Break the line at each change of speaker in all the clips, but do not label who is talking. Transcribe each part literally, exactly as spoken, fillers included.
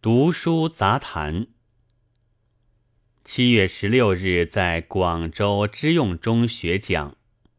读书杂谈。七月十六日在广州知用中学讲。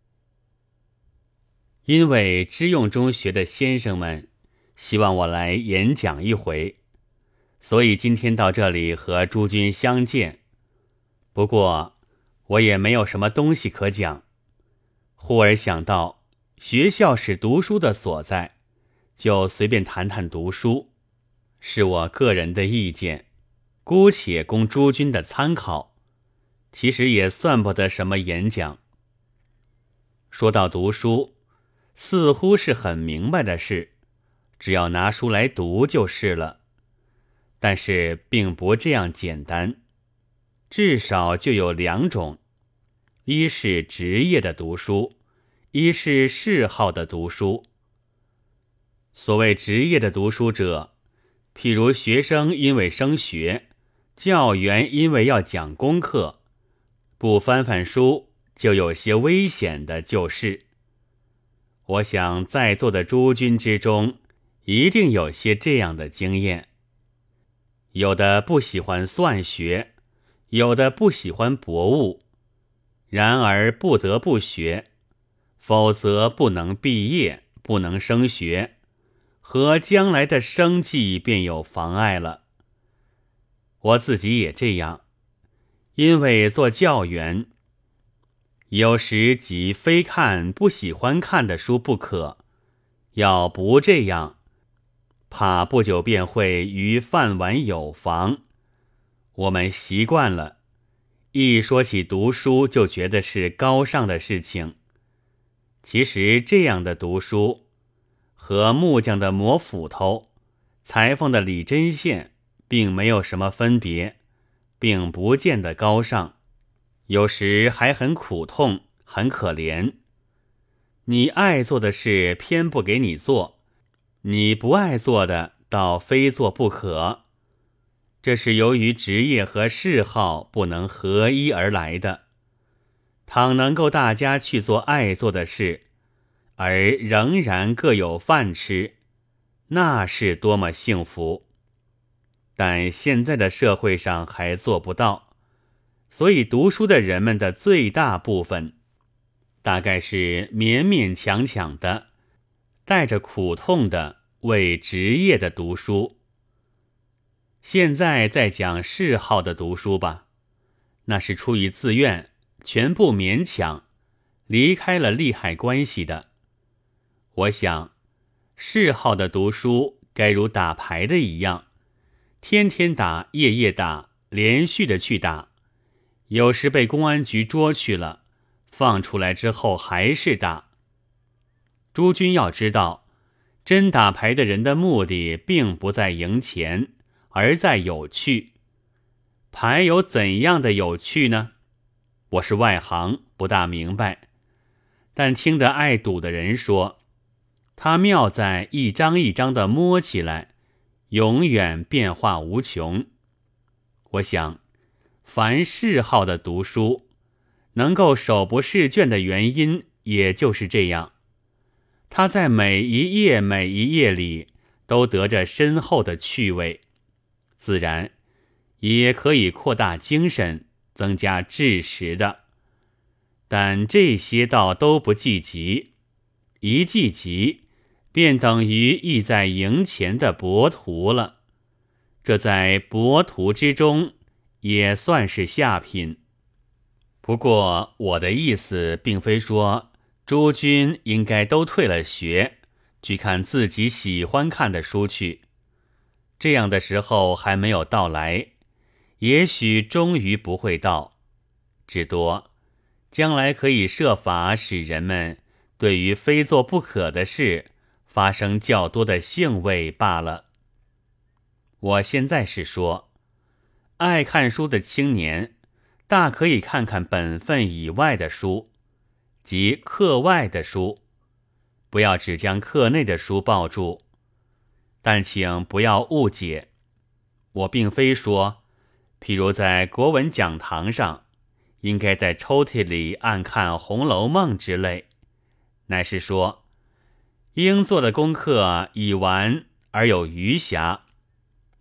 因为知用中学的先生们希望我来演讲一回，所以今天到这里和诸君相见。不过我也没有什么东西可讲，忽而想到学校是读书的所在，就随便谈谈读书，是我个人的意见，姑且供诸君的参考，其实也算不得什么演讲。说到读书，似乎是很明白的事，只要拿书来读就是了。但是并不这样简单，至少就有两种，一是职业的读书，一是嗜好的读书。所谓职业的读书者，譬如学生因为升学，教员因为要讲功课，不翻翻书就有些危险的就是。我想在座的诸君之中，一定有些这样的经验。有的不喜欢算学，有的不喜欢博物，然而不得不学，否则不能毕业，不能升学，和将来的生计便有妨碍了。我自己也这样，因为做教员，有时即非看不喜欢看的书不可，要不这样，怕不久便会与饭碗有妨。我们习惯了，一说起读书就觉得是高尚的事情。其实这样的读书，和木匠的磨斧头、裁缝的理针线并没有什么分别，并不见得高尚，有时还很苦痛，很可怜。你爱做的事偏不给你做，你不爱做的倒非做不可，这是由于职业和嗜好不能合一而来的。倘能够大家去做爱做的事，而仍然各有饭吃，那是多么幸福。但现在的社会上还做不到，所以读书的人们的最大部分，大概是勉勉强强的，带着苦痛的为职业的读书。现在再讲嗜好的读书吧，那是出于自愿，全部勉强，离开了利害关系的。我想，嗜好的读书该如打牌的一样，天天打，夜夜打，连续的去打，有时被公安局捉去了，放出来之后还是打。诸君要知道，真打牌的人的目的并不在赢钱，而在有趣。牌有怎样的有趣呢？我是外行，不大明白，但听得爱赌的人说，他妙在一张一张的摸起来，永远变化无穷。我想，凡嗜好的读书，能够手不释卷的原因也就是这样。他在每一页每一页里都得着深厚的趣味，自然也可以扩大精神，增加知识的。但这些倒都不计及，一计及便等于意在赢钱的博徒了。这在博徒之中也算是下品。不过我的意思并非说诸君应该都退了学，去看自己喜欢看的书去。这样的时候还没有到来，也许终于不会到，至多将来可以设法使人们对于非做不可的事发生较多的兴味罢了。我现在是说，爱看书的青年大可以看看本分以外的书，即课外的书，不要只将课内的书抱住。但请不要误解，我并非说，譬如在国文讲堂上，应该在抽屉里暗看《红楼梦》之类，乃是说，应做的功课已完而有余暇，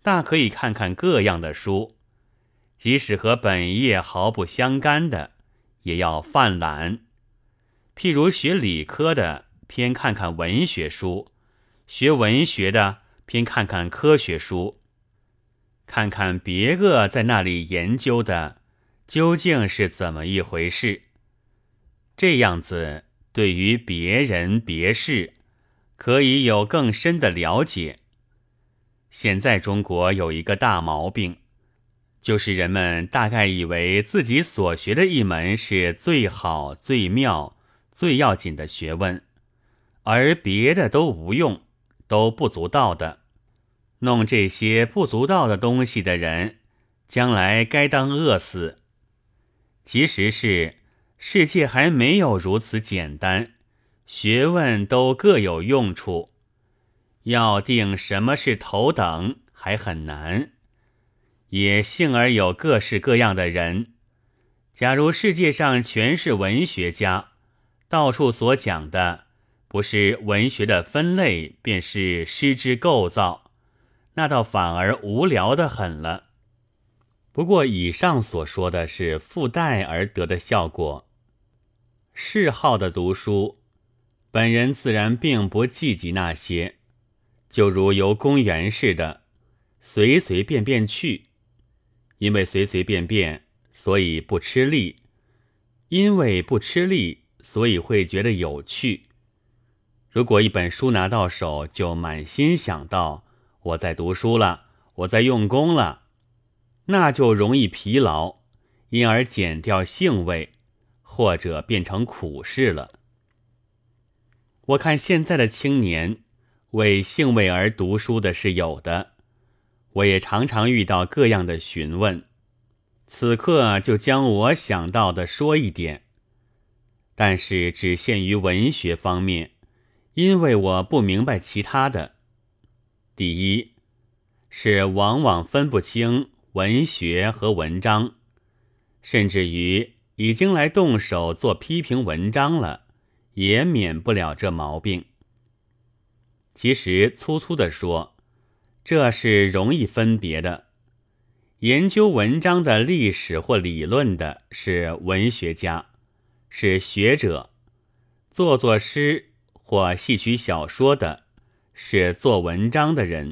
大可以看看各样的书，即使和本业毫不相干的，也要泛览。譬如学理科的，偏看看文学书；学文学的，偏看看科学书，看看别个在那里研究的究竟是怎么一回事。这样子对于别人别事可以有更深的了解。现在中国有一个大毛病，就是人们大概以为自己所学的一门是最好、最妙、最要紧的学问，而别的都无用，都不足道的。弄这些不足道的东西的人，将来该当饿死。其实是世界还没有如此简单，学问都各有用处，要定什么是头等还很难。也幸而有各式各样的人。假如世界上全是文学家，到处所讲的不是文学的分类，便是诗之构造，那倒反而无聊得很了。不过以上所说的是附带而得的效果。嗜好的读书，本人自然并不记及那些，就如游公园似的，随随便便去。因为随随便便，所以不吃力；因为不吃力，所以会觉得有趣。如果一本书拿到手，就满心想到我在读书了，我在用功了，那就容易疲劳，因而减掉兴味，或者变成苦事了。我看现在的青年为兴味而读书的是有的，我也常常遇到各样的询问，此刻就将我想到的说一点，但是只限于文学方面，因为我不明白其他的。第一，是往往分不清文学和文章，甚至于已经来动手做批评文章了，也免不了这毛病。其实粗粗地说，这是容易分别的。研究文章的历史或理论的是文学家，是学者；做作诗或戏曲小说的是做文章的人，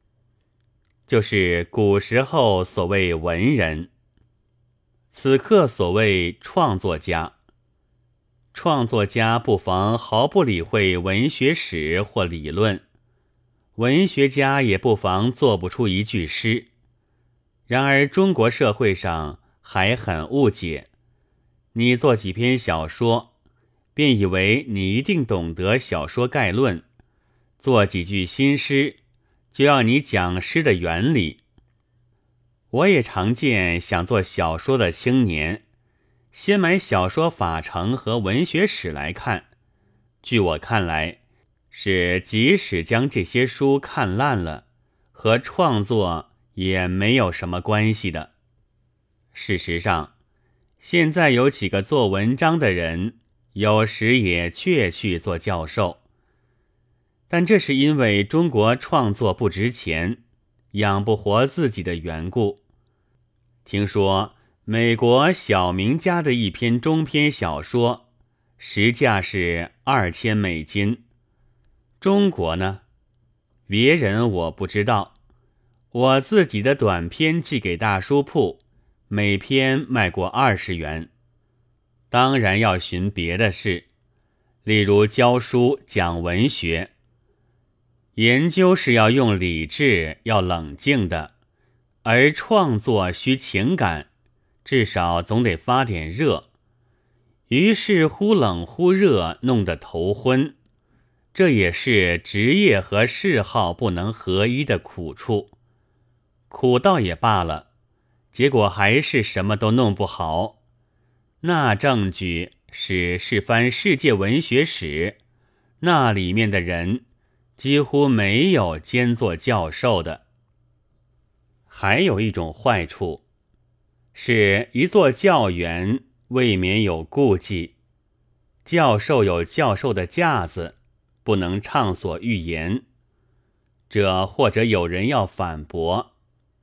就是古时候所谓文人，此刻所谓创作家。创作家不妨毫不理会文学史或理论，文学家也不妨做不出一句诗。然而中国社会上还很误解，你做几篇小说，便以为你一定懂得小说概论，做几句新诗，就要你讲诗的原理。我也常见想做小说的青年，先买小说法程和文学史来看，据我看来，是即使将这些书看烂了，和创作也没有什么关系的。事实上，现在有几个做文章的人，有时也确去做教授，但这是因为中国创作不值钱，养不活自己的缘故。听说美国小名家的一篇中篇小说，实价是二千美金。中国呢？别人我不知道，我自己的短篇寄给大书铺，每篇卖过二十元。当然要寻别的事，例如教书讲文学，研究是要用理智，要冷静的，而创作需情感，至少总得发点热。于是忽冷忽热，弄得头昏，这也是职业和嗜好不能合一的苦处。苦倒也罢了，结果还是什么都弄不好。那证据是是翻世界文学史，那里面的人几乎没有兼做教授的。还有一种坏处，是一做教员未免有顾忌，教授有教授的架子，不能畅所欲言。这或者有人要反驳，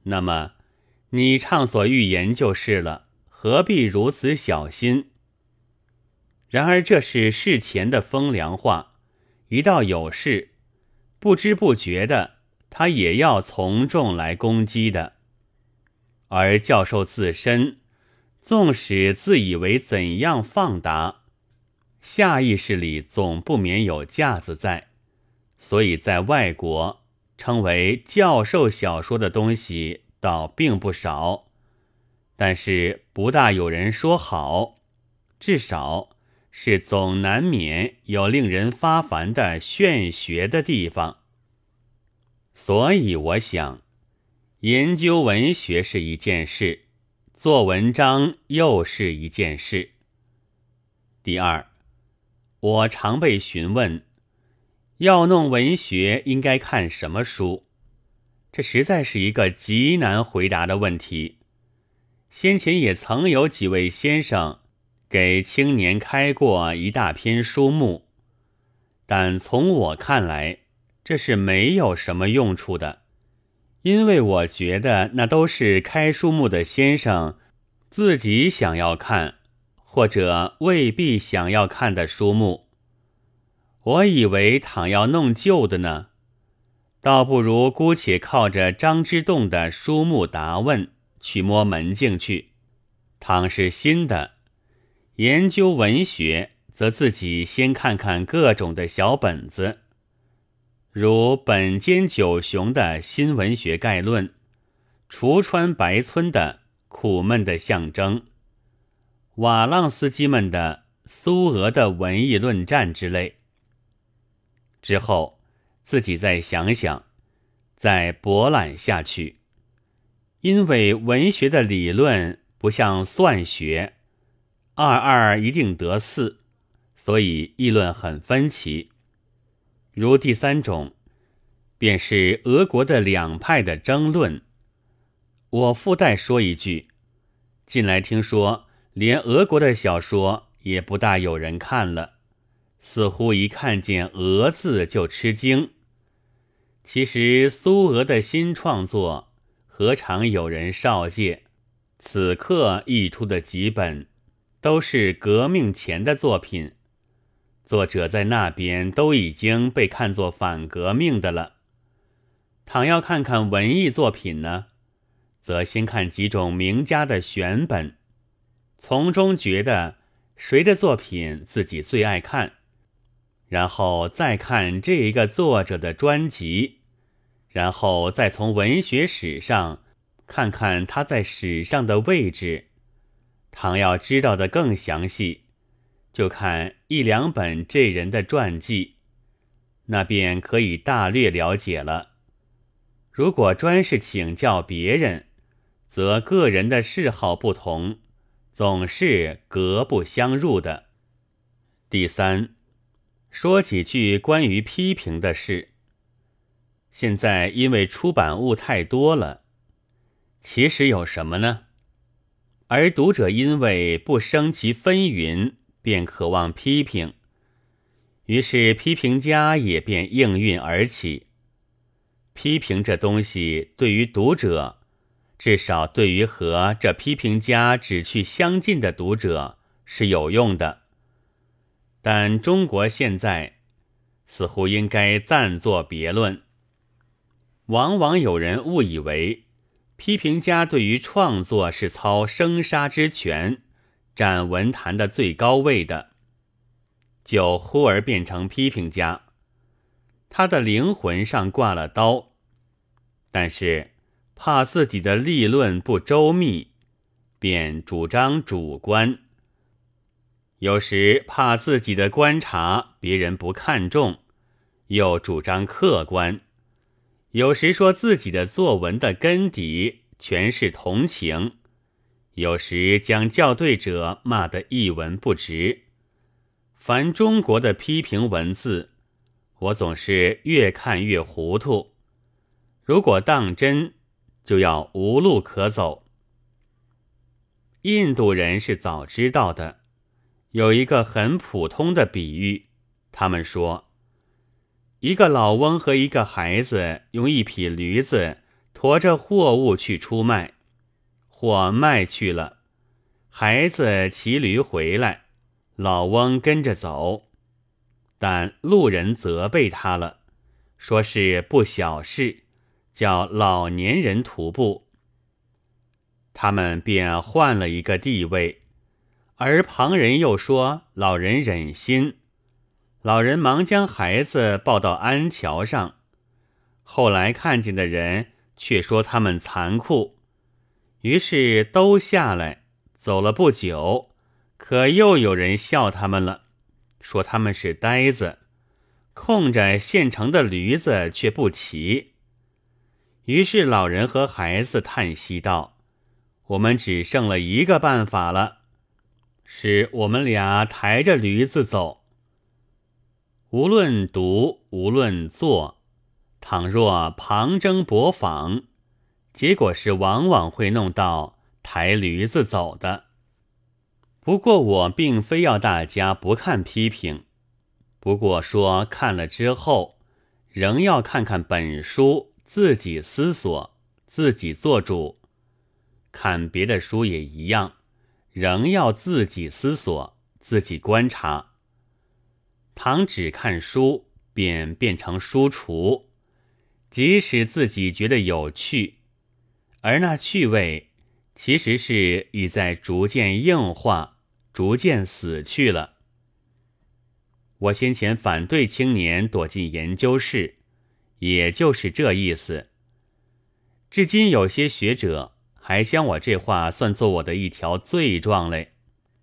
那么你畅所欲言就是了，何必如此小心？然而这是事前的风凉话，一到有事，不知不觉的他也要从众来攻击的。而教授自身纵使自以为怎样放达，下意识里总不免有架子在，所以在外国称为教授小说的东西倒并不少，但是不大有人说好，至少是总难免有令人发烦的炫学的地方。所以我想，研究文学是一件事，做文章又是一件事。第二，我常被询问，要弄文学应该看什么书？这实在是一个极难回答的问题。先前也曾有几位先生给青年开过一大篇书目，但从我看来，这是没有什么用处的，因为我觉得那都是开书目的先生自己想要看，或者未必想要看的书目。我以为倘要弄旧的呢，倒不如姑且靠着张之洞的书目答问去摸门径去。倘是新的，研究文学，则自己先看看各种的小本子，如本间九雄的新文学概论，橱川白村的苦闷的象征，瓦浪斯基们的苏俄的文艺论战之类。之后自己再想想，再博览下去。因为文学的理论不像算学，二二一定得四，所以议论很分歧。如第三种，便是俄国的两派的争论。我附带说一句，近来听说连俄国的小说也不大有人看了，似乎一看见俄字就吃惊。其实苏俄的新创作何尝有人少介，此刻译出的几本都是革命前的作品，作者在那边都已经被看作反革命的了。倘要看看文艺作品呢，则先看几种名家的选本，从中觉得谁的作品自己最爱看，然后再看这一个作者的专辑，然后再从文学史上看看他在史上的位置。倘要知道的更详细，就看一两本这人的传记，那便可以大略了解了。如果专是请教别人，则个人的嗜好不同，总是格不相入的。第三，说几句关于批评的事。现在因为出版物太多了，其实有什么呢？而读者因为不生其纷纭，便渴望批评，于是批评家也便应运而起。批评这东西对于读者，至少对于和这批评家只去相近的读者是有用的。但中国现在似乎应该暂作别论。往往有人误以为批评家对于创作是操生杀之权，占文坛的最高位的，就忽而变成批评家，他的灵魂上挂了刀，但是怕自己的立论不周密，便主张主观，有时怕自己的观察别人不看重，又主张客观，有时说自己的作文的根底全是同情，有时将校对者骂得一文不值。凡中国的批评文字，我总是越看越糊涂，如果当真，就要无路可走。印度人是早知道的，有一个很普通的比喻，他们说，一个老翁和一个孩子用一匹驴子驮着货物去出卖，或卖去了，孩子骑驴回来，老翁跟着走，但路人责备他了，说是不小事，叫老年人徒步。他们便换了一个地位，而旁人又说老人忍心，老人忙将孩子抱到鞍桥上，后来看见的人却说他们残酷，于是都下来，走了不久，可又有人笑他们了，说他们是呆子，空着现成的驴子却不骑。于是老人和孩子叹息道，我们只剩了一个办法了，是我们俩抬着驴子走。无论读，无论做，倘若旁征博访，结果是往往会弄到抬驴子走的。不过我并非要大家不看批评，不过说看了之后，仍要看看本书，自己思索，自己做主。看别的书也一样，仍要自己思索，自己观察。倘只看书，便变成书橱，即使自己觉得有趣，而那趣味其实是已在逐渐硬化，逐渐死去了。我先前反对青年躲进研究室，也就是这意思。至今有些学者还将我这话算作我的一条罪状嘞。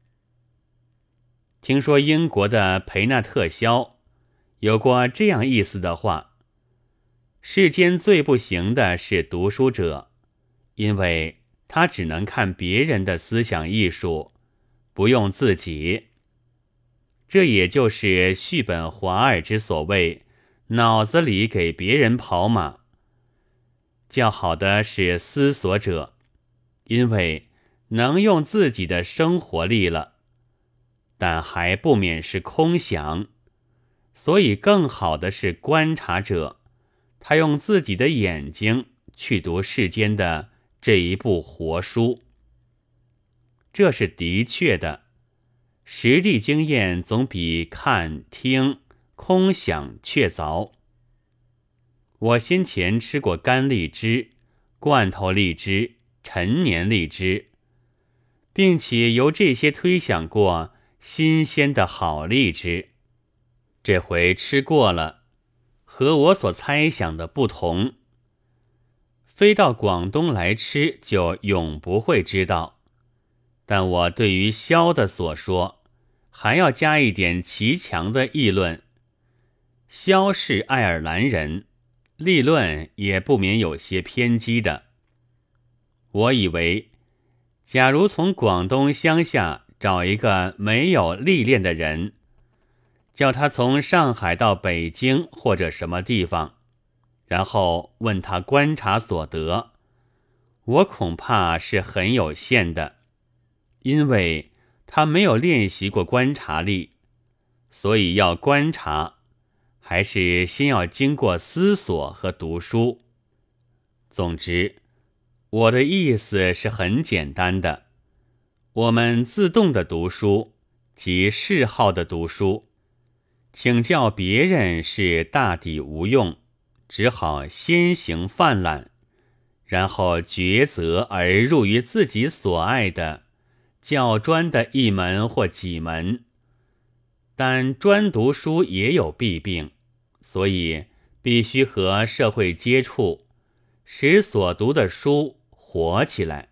听说英国的培纳特肖有过这样意思的话，世间最不行的是读书者，因为他只能看别人的思想艺术，不用自己。这也就是续本华尔之所谓脑子里给别人跑马。较好的是思索者，因为能用自己的生活力了，但还不免是空想，所以更好的是观察者，他用自己的眼睛去读世间的这一部活书。这是的确的，实地经验总比看听空想确凿。我先前吃过干荔枝、罐头荔枝、陈年荔枝，并且由这些推想过新鲜的好荔枝。这回吃过了，和我所猜想的不同。飞到广东来吃，就永不会知道。但我对于萧的所说，还要加一点奇强的议论。萧是爱尔兰人，立论也不免有些偏激的。我以为，假如从广东乡下找一个没有历练的人，叫他从上海到北京或者什么地方，然后问他观察所得，我恐怕是很有限的，因为他没有练习过观察力，所以要观察，还是先要经过思索和读书。总之，我的意思是很简单的，我们自动的读书，即嗜好的读书，请教别人是大抵无用，只好先行泛滥，然后抉择而入于自己所爱的较专的一门或几门。但专读书也有弊病，所以必须和社会接触，使所读的书活起来。